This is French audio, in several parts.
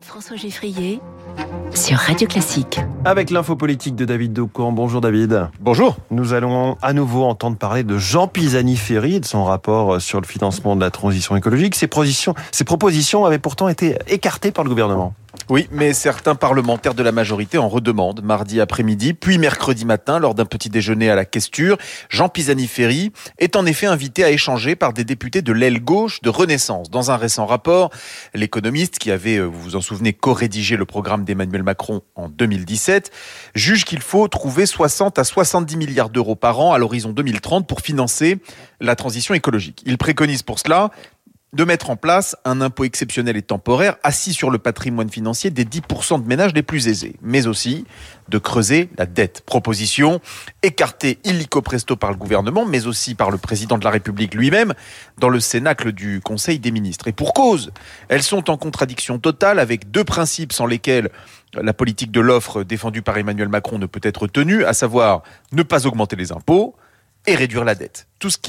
François Geffrier sur Radio Classique. Avec l'info politique de David Doucan. Bonjour David. Bonjour. Nous allons à nouveau entendre parler de Jean Pisani-Ferry, de son rapport sur le financement de la transition écologique. Ces propositions avaient pourtant été écartées par le gouvernement. Oui, mais certains parlementaires de la majorité en redemandent mardi après-midi, puis mercredi matin, lors d'un petit déjeuner à la Questure. Jean Pisani-Ferry est en effet invité à échanger par des députés de l'aile gauche de Renaissance. Dans un récent rapport, l'économiste qui avait, vous vous en souvenez, co-rédigé le programme d'Emmanuel Macron en 2017, juge qu'il faut trouver 60 à 70 milliards d'euros par an à l'horizon 2030 pour financer la transition écologique. Il préconise pour cela de mettre en place un impôt exceptionnel et temporaire assis sur le patrimoine financier des 10% de ménages les plus aisés, mais aussi de creuser la dette. Proposition écartée illico presto par le gouvernement, mais aussi par le président de la République lui-même dans le cénacle du Conseil des ministres. Et pour cause, elles sont en contradiction totale avec deux principes sans lesquels la politique de l'offre défendue par Emmanuel Macron ne peut être tenue, à savoir ne pas augmenter les impôts et réduire la dette. Tout ce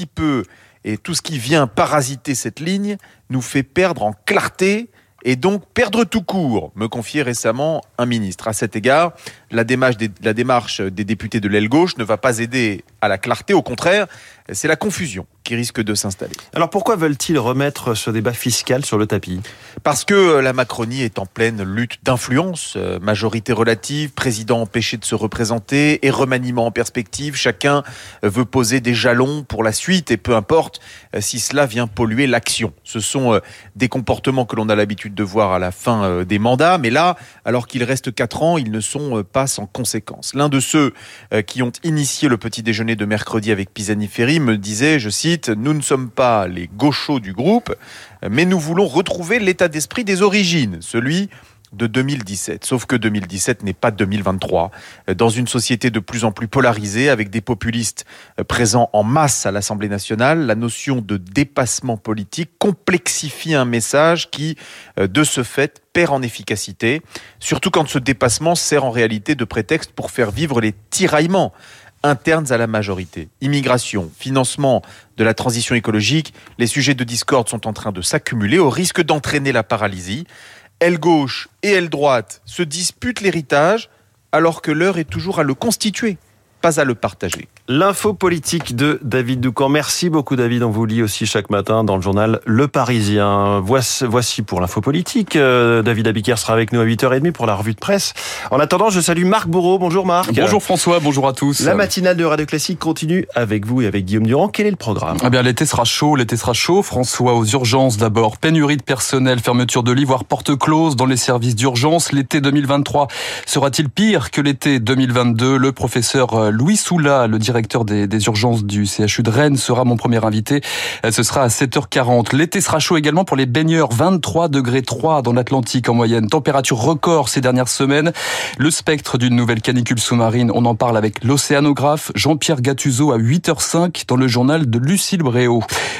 qui vient parasiter cette ligne nous fait perdre en clarté et donc perdre tout court, me confiait récemment un ministre. À cet égard, la démarche des députés de l'aile gauche ne va pas aider à la clarté, au contraire, c'est la confusion qui risque de s'installer. Alors pourquoi veulent-ils remettre ce débat fiscal sur le tapis ? Parce que la Macronie est en pleine lutte d'influence, majorité relative, président empêché de se représenter et remaniement en perspective. Chacun veut poser des jalons pour la suite et peu importe si cela vient polluer l'action. Ce sont des comportements que l'on a l'habitude de voir à la fin des mandats, mais là, alors qu'il reste 4 ans, ils ne sont pas sans conséquences. L'un de ceux qui ont initié le petit déjeuner de mercredi avec Pisani-Ferry me disait, je cite, « Nous ne sommes pas les gauchos du groupe, mais nous voulons retrouver l'état d'esprit des origines, celui de 2017. » Sauf que 2017 n'est pas 2023. Dans une société de plus en plus polarisée, avec des populistes présents en masse à l'Assemblée nationale, la notion de dépassement politique complexifie un message qui, de ce fait, perd en efficacité, surtout quand ce dépassement sert en réalité de prétexte pour faire vivre les tiraillements internes à la majorité. Immigration, financement de la transition écologique, les sujets de discorde sont en train de s'accumuler au risque d'entraîner la paralysie. Aile gauche et aile droite se disputent l'héritage alors que l'heure est toujours à le constituer, pas à le partager. L'info politique de David Doucan. Merci beaucoup David, on vous lit aussi chaque matin dans le journal Le Parisien. Voici pour l'info politique. David Abiker sera avec nous à 8h30 pour la revue de presse. En attendant, je salue Marc Bourreau. Bonjour Marc. Bonjour François, bonjour à tous. La matinale de Radio Classique continue avec vous et avec Guillaume Durand. Quel est le programme ? Eh bien, l'été sera chaud. François, aux urgences d'abord. Pénurie de personnel, fermeture de lits, voire porte close dans les services d'urgence. L'été 2023 sera-t-il pire que l'été 2022 ? Le professeur Louis Soula, le directeur des urgences du CHU de Rennes, sera mon premier invité. Ce sera à 7h40. L'été sera chaud également pour les baigneurs. 23,3 degrés dans l'Atlantique en moyenne. Température record ces dernières semaines. Le spectre d'une nouvelle canicule sous-marine, on en parle avec l'océanographe Jean-Pierre Gattuso à 8h05 dans le journal de Lucille Bréau.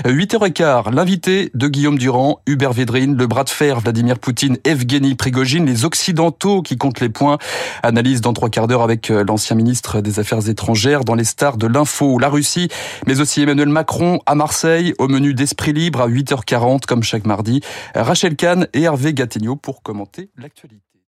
8h15, l'invité de Guillaume Durand, Hubert Védrine, le bras de fer Vladimir Poutine, Evgeny Prigojine, les Occidentaux qui comptent les points. Analyse dans 3 quarts d'heure avec l'ancien ministre des Affaires étrangères dans les stars de l'info. La Russie, mais aussi Emmanuel Macron à Marseille, au menu d'Esprit Libre à 8h40 comme chaque mardi. Rachel Kahn et Hervé Gattegno pour commenter l'actualité.